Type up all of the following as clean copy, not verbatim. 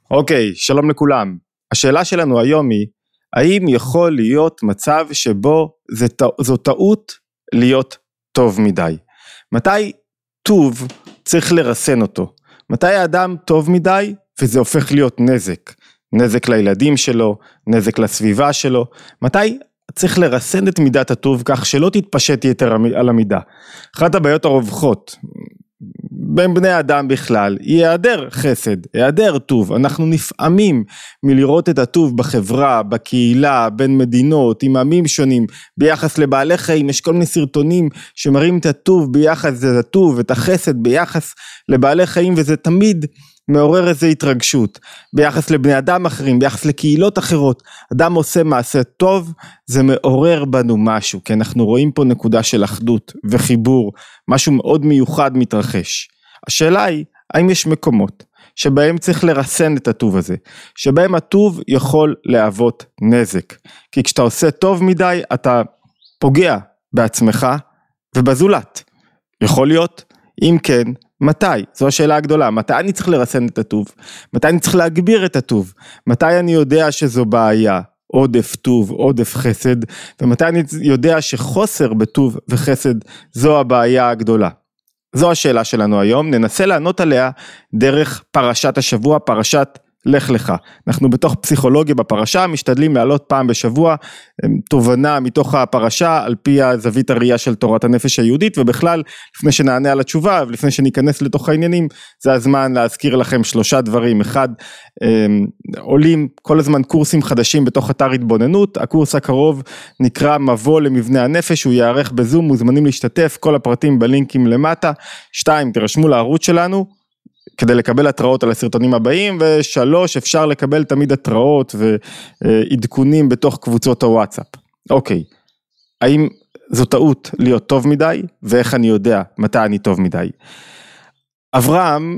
אוקיי, שלום לכולם. השאלה שלנו היום היא, האם יכול להיות מצב שבו זו טעות להיות טוב מדי? מתי טוב צריך לרסן אותו? מתי האדם טוב מדי וזה הופך להיות נזק? נזק לילדים שלו, נזק לסביבה שלו. מתי צריך לרסן את מידת הטוב כך שלא תתפשט יתר על המידה? אחת הבעיות הרווחות בין בני האדם בכלל היא היעדר חסד, היעדר טוב. אנחנו נפעמים מלראות את הטוב בחברה, בקהילה, בין מדינות, עם עמים שונים, ביחס לבעלי חיים. יש כל מיני סרטונים שמראים את הטוב ביחס לטוב, את החסד ביחס לבעלי חיים, וזה תמיד מעורר איזו התרגשות. ביחס לבני אדם אחרים, ביחס לקהילות אחרות, אדם עושה מעשה טוב, זה מעורר בנו משהו, כי אנחנו רואים פה נקודה של אחדות וחיבור, משהו מאוד מיוחד מתרחש. השאלה היא, האם יש מקומות שבהם צריך לרסן את הטוב הזה, שבהם הטוב יכול להוות נזק, כי כשאתה עושה טוב מדי, אתה פוגע בעצמך ובזולת. יכול להיות? אם כן, מתי? זו השאלה הגדולה. מתי אני צריך לרסן את הטוב? מתי אני צריך להגביר את הטוב? מתי אני יודע שזו בעיה? עודף טוב, עודף חסד, ומתי אני יודע שחוסר בטוב וחסד זו הבעיה הגדולה? זו השאלה שלנו היום, ננסה לענות עליה דרך פרשת השבוע, פרשת לך לך. אנחנו בתוך פסיכולוגיה בפרשה, משתדלים לעלות פעם בשבוע תובנה מתוך הפרשה, על פי הזווית הראייה של תורת הנפש היהודית, ובכלל, לפני שנענה על התשובה, ולפני שניכנס לתוך העניינים, זה הזמן להזכיר לכם 3 דברים. אחד, עולים כל הזמן קורסים חדשים בתוך אתר התבוננות, הקורס הקרוב נקרא מבוא למבנה הנפש, הוא יערך בזום, מוזמנים להשתתף, כל הפרטים בלינקים למטה. 2, תירשמו לערוץ שלנו, כדי לקבל התראות על הסרטונים הבאים, ו3, אפשר לקבל תמיד התראות ועדכונים בתוך קבוצות הוואטסאפ. אוקיי, האם זו טעות להיות טוב מדי, ואיך אני יודע מתי אני טוב מדי? אברהם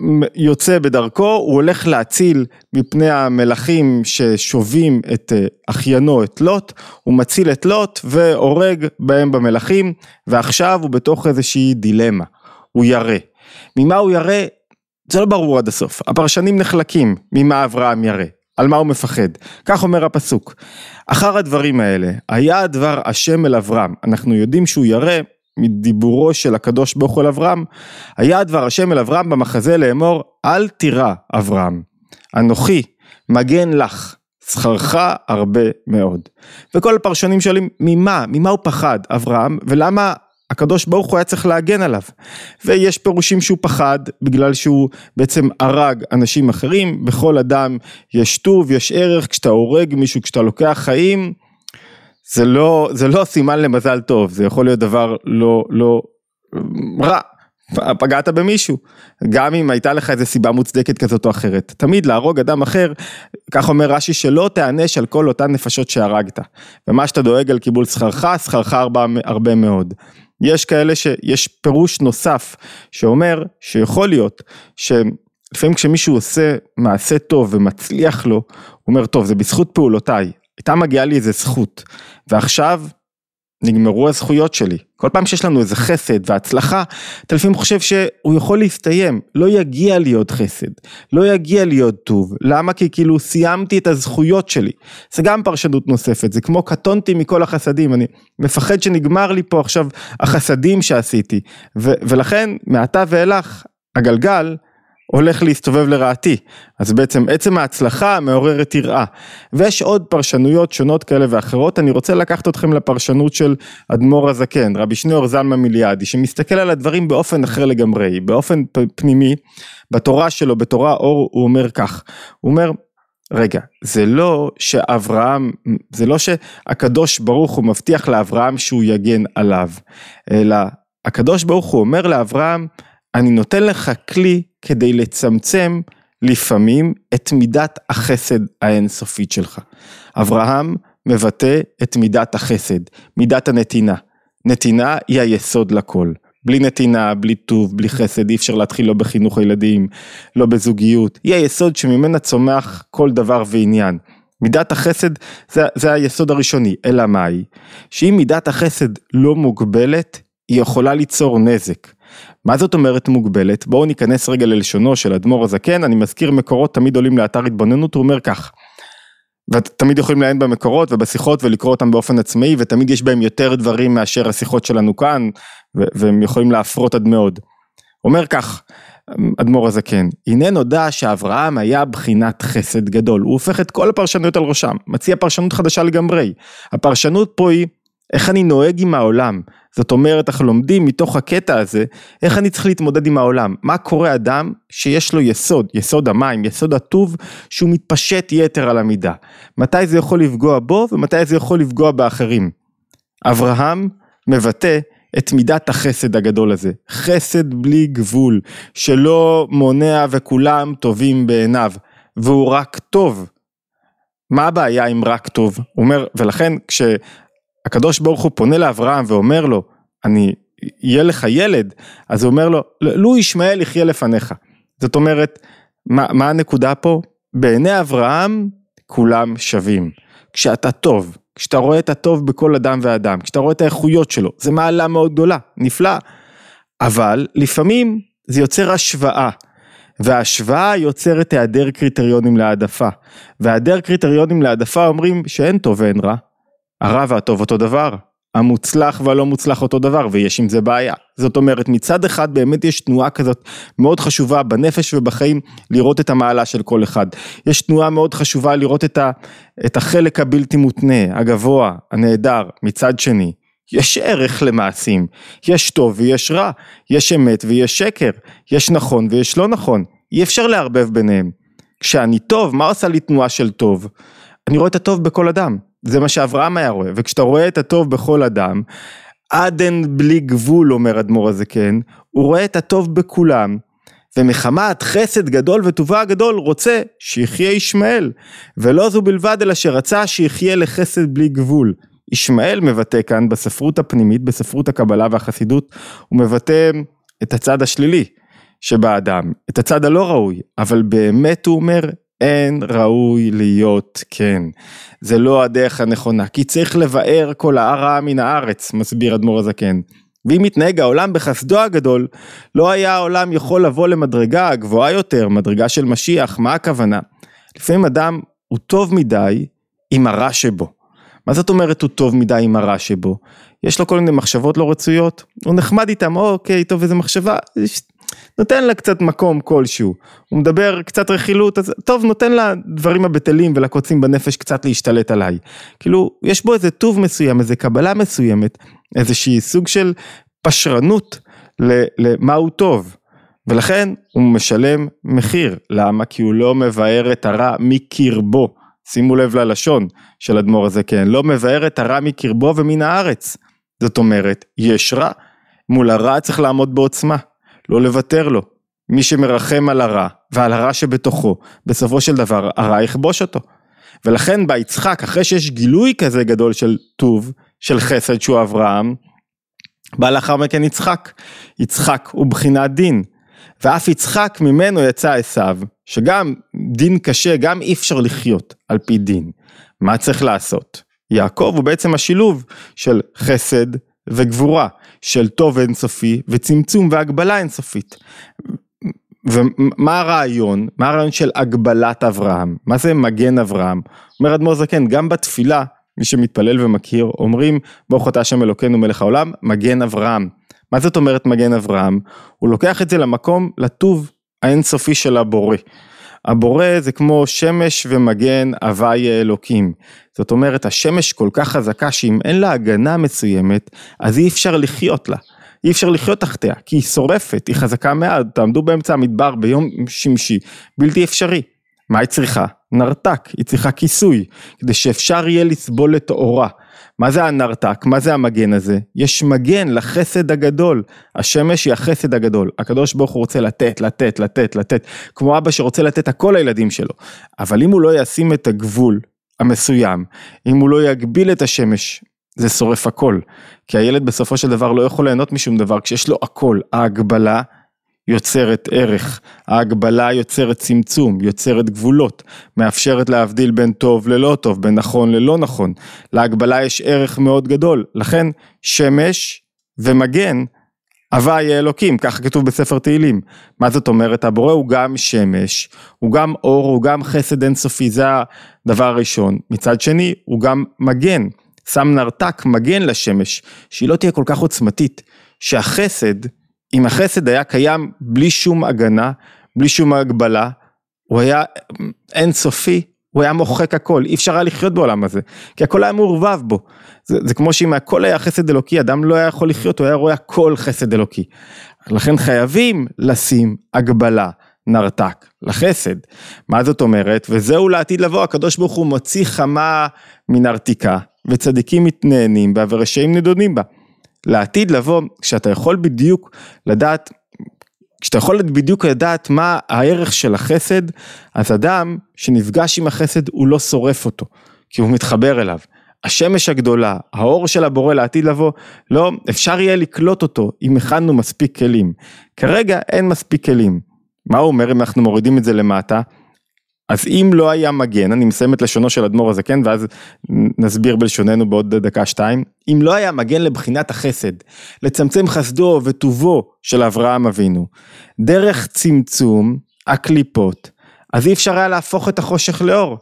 יוצא בדרכו, הוא הולך להציל מפני המלאכים ששובים את אחיינו, את לוט, הוא מציל את לוט והורג בהם במלאכים, ועכשיו הוא בתוך איזושהי דילמה, הוא ירא. ממה הוא ירא? זה לא ברור עד הסוף, הפרשנים נחלקים ממה אברהם ירא, על מה הוא מפחד, כך אומר הפסוק, אחר הדברים האלה, היה הדבר השם אל אברהם, אנחנו יודעים שהוא ירא מדיבורו של הקדוש ברוך הוא אל אברהם, היה הדבר השם אל אברהם במחזה לאמור, אל תירא אברהם, אנוכי מגן לך, שכרך הרבה מאוד, וכל הפרשנים שואלים, ממה הוא פחד אברהם, ולמה הקדוש ברוך הוא היה צריך להגן עליו, ויש פירושים שהוא פחד, בגלל שהוא בעצם הרג אנשים אחרים, בכל אדם יש טוב, יש ערך, כשאתה הורג מישהו, כשאתה לוקח חיים, זה לא סימן למזל טוב, זה יכול להיות דבר לא רע, פגעת במישהו, גם אם הייתה לך איזו סיבה מוצדקת כזאת או אחרת, תמיד להרוג אדם אחר, כך אומר רש"י, שלא תענש על כל אותן נפשות שהרגת, ומה שאתה דואג על קיבול שכרך הרבה מאוד. יש כאלה שיש פירוש נוסף שאומר שיכול להיות שלפעמים כשמישהו עושה מעשה טוב ומצליח לו, הוא אומר טוב זה בזכות פעולותיי, הייתה מגיעה לי איזה זכות ועכשיו נגמרו הזכויות שלי. כל פעם שיש לנו איזה חסד והצלחה, אתה לפעמים חושב שהוא יכול להסתיים, לא יגיע להיות חסד, לא יגיע להיות טוב. למה? כי כאילו סיימתי את הזכויות שלי. זה גם פרשנות נוספת, זה כמו קטונתי מכל החסדים, אני מפחד שנגמר לי פה עכשיו החסדים שעשיתי, ולכן מעתה ואילך הגלגל הולך להסתובב לרעתי, אז בעצם עצם ההצלחה מעוררת יראה, ויש עוד פרשנויות שונות כאלה ואחרות, אני רוצה לקחת אתכם לפרשנות של אדמו"ר הזקן, רבי שניאור זלמן מיליאדי, שמסתכל על הדברים באופן אחר לגמרי, באופן פנימי, בתורה שלו, בתורה אור, הוא אומר כך, הוא אומר, רגע, זה לא שהקדוש ברוך הוא מבטיח לאברהם שהוא יגן עליו, אלא הקדוש ברוך הוא אומר לאברהם, אני נותן לך כלי כדי לצמצם לפעמים את מידת החסד האינסופית שלך. אברהם מבטא את מידת החסד, מידת הנתינה. נתינה היא היסוד לכל. בלי נתינה, בלי טוב, בלי חסד, אי אפשר להתחיל לא בחינוך הילדים, לא בזוגיות. היא היסוד שממנה צומח כל דבר ועניין. מידת החסד זה היסוד הראשוני, אלא מה היא? שאם מידת החסד לא מוגבלת, היא יכולה ליצור נזק. מה זאת אומרת מוגבלת? בואו ניכנס רגע ללשונו של אדמו"ר הזקן, אני מזכיר מקורות תמיד עולים לאתר התבוננות, הוא אומר כך, ותמיד יכולים לעיין במקורות ובשיחות ולקרוא אותם באופן עצמאי, ותמיד יש בהם יותר דברים מאשר השיחות שלנו כאן, והם יכולים להפרות עד מאוד. אומר כך, אדמו"ר הזקן, הנה נודע שאברהם היה בחינת חסד גדול, הוא הופך את כל הפרשנויות על ראשם, מציע פרשנות חדשה לגמרי, הפרשנות פה היא, איך אני נוהג עם העולם, זאת אומרת, אנחנו לומדים מתוך הקטע הזה, איך אני צריך להתמודד עם העולם, מה קורה אדם שיש לו יסוד, יסוד המים, יסוד הטוב, שהוא מתפשט יתר על המידה, מתי זה יכול לפגוע בו, ומתי זה יכול לפגוע באחרים. אברהם מבטא את מידת החסד הגדול הזה, חסד בלי גבול, שלא מונע וכולם טובים בעיניו, והוא רק טוב. מה הבעיה עם רק טוב? הוא אומר, ולכן כשהקדוש ברוך הוא פונה לאברהם ואומר לו, יהיה לך ילד, אז הוא אומר לו, לו ישמעאל יחיה לפניך. זאת אומרת, מה הנקודה פה? בעיני אברהם כולם שווים. כשאתה טוב, כשאתה רואה את הטוב בכל אדם ואדם, כשאתה רואה את האיכויות שלו, זה מעלה מאוד גדולה, נפלא. אבל לפעמים זה יוצר השוואה, וההשוואה יוצרת היעדר קריטריונים להעדפה, והיעדר קריטריונים להעדפה אומרים שאין טוב ואין רע, הרע והטוב אותו דבר, המוצלח והלא מוצלח אותו דבר, ויש עם זה בעיה. זאת אומרת, מצד אחד באמת יש תנועה כזאת מאוד חשובה בנפש ובחיים, לראות את המעלה של כל אחד. יש תנועה מאוד חשובה לראות את החלק הבלתי מותנה, הגבוה, הנהדר. מצד שני, יש ערך למעשים, יש טוב ויש רע, יש אמת ויש שקר, יש נכון ויש לא נכון. אי אפשר לערבב ביניהם. כשאני טוב, מה עושה לי תנועה של טוב? אני רואה את הטוב בכל אדם. זה מה שאברהם היה רואה, וכשאתה רואה את הטוב בכל אדם, עד אין בלי גבול, אומר אדמו"ר הזקן, הוא רואה את הטוב בכולם, ומחמת חסד גדול וטובה גדול, רוצה שיחיה ישמעאל, ולא זו בלבד, אלא שרצה שיחיה לחסד בלי גבול. ישמעאל מבטא כאן בספרות הפנימית, בספרות הקבלה והחסידות, הוא מבטא את הצד השלילי שבאדם, את הצד הלא ראוי, אבל באמת הוא אומר, אין ראוי להיות כן, זה לא הדרך הנכונה, כי צריך לבאר כל הרע מן הארץ, מסביר אדמו"ר הזקן, ואם מתנהג העולם בחסדו הגדול, לא היה העולם יכול לבוא למדרגה גבוהה יותר, מדרגה של משיח. מה הכוונה? לפעמים אדם הוא טוב מדי עם הרע שבו. מה זאת אומרת הוא טוב מדי עם הרע שבו? יש לו כל מיני מחשבות לא רצויות, הוא נחמד איתם, אוקיי, טוב, איזה מחשבה, נותן לה קצת מקום כלשהו, הוא מדבר קצת רכילות, אז טוב, נותן לה דברים הבטלים ולקוצים בנפש קצת להשתלט עליי. כאילו, יש בו איזה טוב מסוים, איזה קבלה מסוימת, איזושהי סוג של פשרנות למה הוא טוב, ולכן הוא משלם מחיר. למה? כי הוא לא מבאר את הרע מקרבו. שימו לב ללשון של אדמו"ר הזקן, לא מבאר את הרע מקרבו ומן הארץ. זאת אומרת, יש רע, מול הרע צריך לעמוד בעוצמה, לא לוותר לו. מי שמרחם על הרע ועל הרע שבתוכו, בסופו של דבר הרע יכבוש אותו. ולכן ביצחק, אחרי שיש גילוי כזה גדול של טוב, של חסד שהוא אברהם, בא לאחר מכן יצחק. יצחק הוא בחינת דין, ואף יצחק ממנו יצא עשיו, שגם דין קשה, גם אי אפשר לחיות על פי דין. מה צריך לעשות? יעקב הוא בעצם השילוב של חסד וגבורה, של טוב אינסופי וצמצום והגבלה אינסופית. ומה הרעיון? מה הרעיון של הגבלת אברהם? מה זה מגן אברהם? אומר אדמו"ר זקן, גם בתפילה, מי שמתפלל ומכיר, אומרים, ברוך אתה השם אלוקינו מלך העולם, מגן אברהם. מה זאת אומרת מגן אברהם? הוא לוקח את זה למקום, לטוב האינסופי של הבורא. הבורא זה כמו שמש ומגן הווי אלוקים. זאת אומרת, השמש כל כך חזקה שאם אין לה הגנה מסוימת, אז אי אפשר לחיות לה. אי אפשר לחיות תחתיה, כי היא שורפת, היא חזקה מעט, תעמדו באמצע המדבר ביום שמשי, בלתי אפשרי. מה היא צריכה? נרתק, היא צריכה כיסוי, כדי שאפשר יהיה לסבול את אורה. מה זה הנרתק? מה זה המגן הזה? יש מגן לחסד הגדול, השמש היא החסד הגדול, הקדוש ברוך הוא רוצה לתת, כמו אבא שרוצה לתת הכל לילדים שלו, אבל אם הוא לא ישים את הגבול המסוים, אם הוא לא יגביל את השמש, זה שורף הכל, כי הילד בסופו של דבר לא יכול ליהנות משום דבר, כשיש לו הכל, ההגבלה יוצרת ערך, ההגבלה יוצרת צמצום, יוצרת גבולות, מאפשרת להבדיל בין טוב ללא טוב, בין נכון ללא נכון, להגבלה יש ערך מאוד גדול, לכן שמש ומגן הווי אלוקים, ככה כתוב בספר תהילים. מה זאת אומרת? הבורא הוא גם שמש, הוא גם אור, הוא גם חסד אינסופי, זה הדבר הראשון. מצד שני, הוא גם מגן, שם נרתק, מגן לשמש, שהיא לא תהיה כל כך עוצמתית, שהחסד, אם החסד היה קיים בלי שום הגנה, בלי שום הגבלה, הוא היה אינסופי, הוא היה מוחק הכל, אי אפשר היה לחיות בעולם הזה, כי הכל היה מעורבב בו, זה כמו שאם הכל היה חסד אלוקי, אדם לא היה יכול לחיות, הוא היה רואה הכל חסד אלוקי, לכן חייבים לשים הגבלה, נרתק, לחסד, מה זאת אומרת, וזהו לעתיד לבוא, הקדוש ברוך הוא מוציא חמה מנרתיקה, וצדיקים מתנהנים בה, ורשעים נדונים בה, לעתיד לבוא, כשאתה יכול בדיוק לדעת, כשאתה יכול בדיוק לדעת מה הערך של החסד, אז אדם שנפגש עם החסד הוא לא שורף אותו, כי הוא מתחבר אליו. השמש הגדולה, האור של הבורא לעתיד לבוא, לא, אפשר יהיה לקלוט אותו אם הכנו מספיק כלים. כרגע אין מספיק כלים. מה הוא אומר אם אנחנו מורידים את זה למטה? אז אם לא היה מגן, אני מסיים את לשונו של אדמו"ר הזקן, ואז נסביר בלשוננו בעוד דקה שתיים, אם לא היה מגן לבחינת החסד, לצמצם חסדו וטובו של אברהם אבינו, דרך צמצום הקליפות, אז אי אפשר היה להפוך את החושך לאור,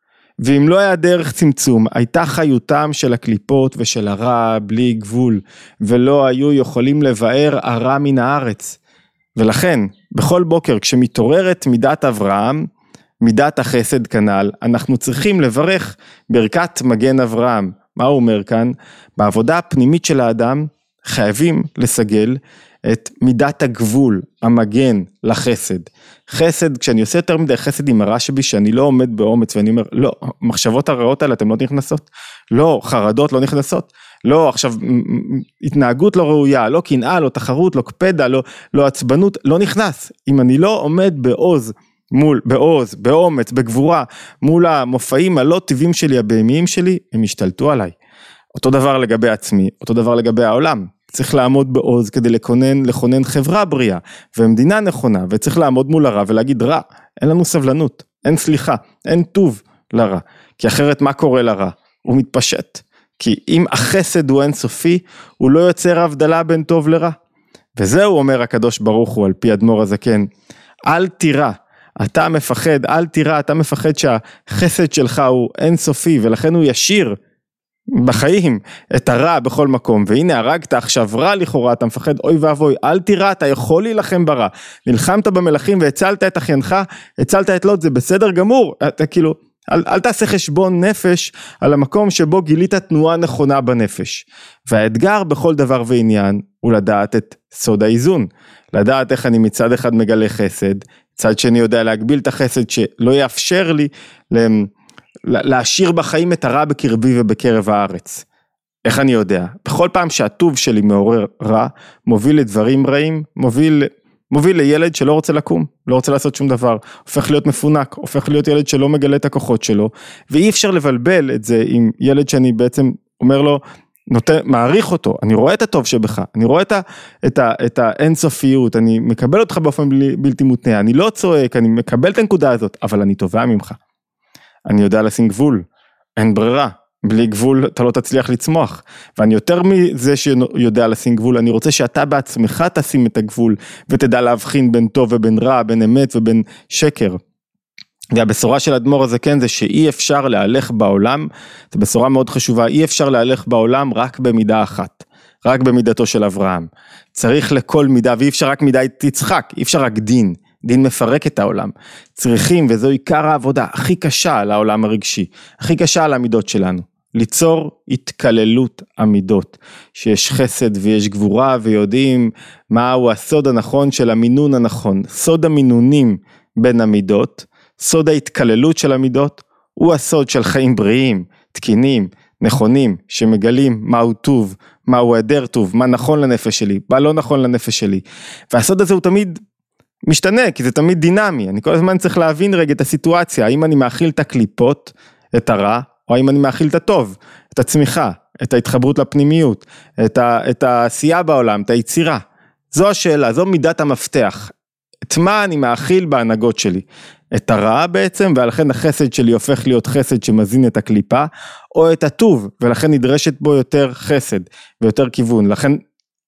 ואם לא היה דרך צמצום, הייתה חיותם של הקליפות ושל הרע בלי גבול, ולא היו יכולים לבאר הרע מן הארץ, ולכן, בכל בוקר כשמתעוררת מידת אברהם, מידת החסד כנ"ל, אנחנו צריכים לברך ברכת מגן אברהם. מה הוא אומר כאן? בעבודה הפנימית של האדם, חייבים לסגל את מידת הגבול, המגן לחסד. חסד, כשאני עושה יותר מדי חסד עם הרע שבי, שאני לא עומד באומץ, ואני אומר, לא, מחשבות הרעות האלה, אתן לא נכנסות. לא, חרדות לא נכנסות. לא, עכשיו, התנהגות לא ראויה, לא קנאה, לא תחרות, לא קפדה, לא עצבנות, לא נכנס. אם אני לא עומד בעוז, בעוז, באומץ, בגבורה, מול המופעים הלא טבעים שלי, הבהמיים שלי, הם השתלטו עליי. אותו דבר לגבי עצמי, אותו דבר לגבי העולם. צריך לעמוד בעוז כדי לכונן חברה בריאה, ומדינה נכונה, וצריך לעמוד מול הרע ולהגיד רע, אין לנו סבלנות, אין סליחה, אין טוב לרע, כי אחרת מה קורה לרע? הוא מתפשט, כי אם החסד הוא אינסופי, הוא לא יוצר הבדלה בין טוב לרע, וזהו אומר הקדוש ברוך הוא על פי אדמו"ר הזקן, אל תירא, אתה מפחד, אל תירא, אתה מפחד שהחסד שלך הוא אינסופי, ולכן הוא ישיר בחיים את הרע בכל מקום, והנה הרגת עכשיו רע לכאורה, אתה מפחד, אוי ואבוי, אל תירא, אתה יכול להילחם ברע, נלחמת במלאכים והצלת את אחיינך, הצלת את לוט, זה בסדר גמור, אתה כאילו, אל תעשה חשבון נפש על המקום שבו גילית תנועה נכונה בנפש, והאתגר בכל דבר ועניין הוא לדעת את סוד האיזון, לדעת איך אני מצד אחד מגלה חסד, צד שני יודע להגביל את החסד שלא יאפשר לי להשאיר בחיים את הרע בקרבי ובקרב הארץ. איך אני יודע? בכל פעם שהטוב שלי מעורר רע, מוביל לדברים רעים, מוביל לילד שלא רוצה לקום, לא רוצה לעשות שום דבר, הופך להיות מפונק, הופך להיות ילד שלא מגלה את הכוחות שלו, ואי אפשר לבלבל את זה עם ילד שאני בעצם אומר לו, מעריך אותו, אני רואה את הטוב שבך, אני רואה את האינסופיות, אני מקבל אותך באופן בלתי מותנה, אני לא צועק, אני מקבל את הנקודה הזאת, אבל אני תובע ממך. אני יודע לשים גבול, אין ברירה, בלי גבול אתה לא תצליח לצמוח, ואני יותר מזה שיודע לשים גבול, אני רוצה שאתה בעצמך תשים את הגבול, ותדע להבחין בין טוב ובין רע, בין אמת ובין שקר. והבשורה של אדמו"ר הזקן זה שאי אפשר להלך בעולם, זו בשורה מאוד חשובה, אי אפשר להלך בעולם רק במידה אחת, רק במידתו של אברהם. צריך לכל מידה, ואי אפשר רק מידת יצחק, אי אפשר רק דין. דין מפרק את העולם, צריכים, וזו עיקר העבודה הכי קשה על העולם הרגשי, הכי קשה על המידות שלנו, ליצור התקללות המידות, שיש חסד ויש גבורה, ויודעים מהו הסוד הנכון של המינון הנכון, סוד המינונים בין המידות, סוד ההתקללות של המידות, הוא הסוד של חיים בריאים, תקינים, נכונים, שמגלים מהו טוב, מהו היעדר טוב, מה נכון לנפש שלי, מה לא נכון לנפש שלי, והסוד הזה הוא תמיד משתנה, כי זה תמיד דינמי, אני כל הזמן צריך להבין רגע את הסיטואציה, האם אני מאכיל את הקליפות, את הרע, או האם אני מאכיל את הטוב, את הצמיחה, את ההתחברות לפנימיות, את העשייה בעולם, את היצירה, זו השאלה, זו מידת המפתח, את מה אני מאכיל בהנהגות שלי, את הרע בעצם, ולכן החסד שלי הופך להיות חסד שמזין את הקליפה, או את הטוב, ולכן נדרשת בו יותר חסד, ויותר כיוון, לכן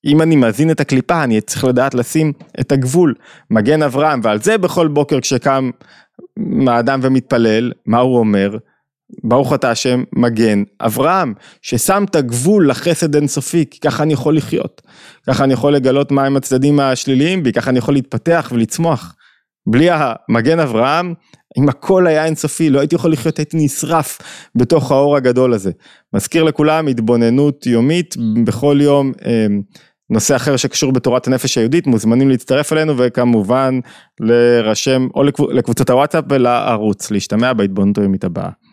אם אני מזין את הקליפה, אני צריך לדעת לשים את הגבול, מגן אברהם, ועל זה בכל בוקר כשקם האדם ומתפלל, מה הוא אומר? ברוך אתה השם מגן אברהם, ששם את הגבול לחסד אינסופי, כי ככה אני יכול לחיות, ככה אני יכול לגלות מהם הצדדים השליליים בי, ככה אני יכול להתפתח ולצמוח. בלי המגן אברהם, אם הכל היה אינסופי, לא הייתי יכול לחיות, הייתי נשרף בתוך האור הגדול הזה. מזכיר לכולם, התבוננות יומית, בכל יום נושא אחר שקשור בתורת הנפש היהודית, מוזמנים להצטרף אלינו, וכמובן לרשם או לקבוצת הוואטסאפ ולערוץ, להשתמע בהתבוננות היומית הבאה.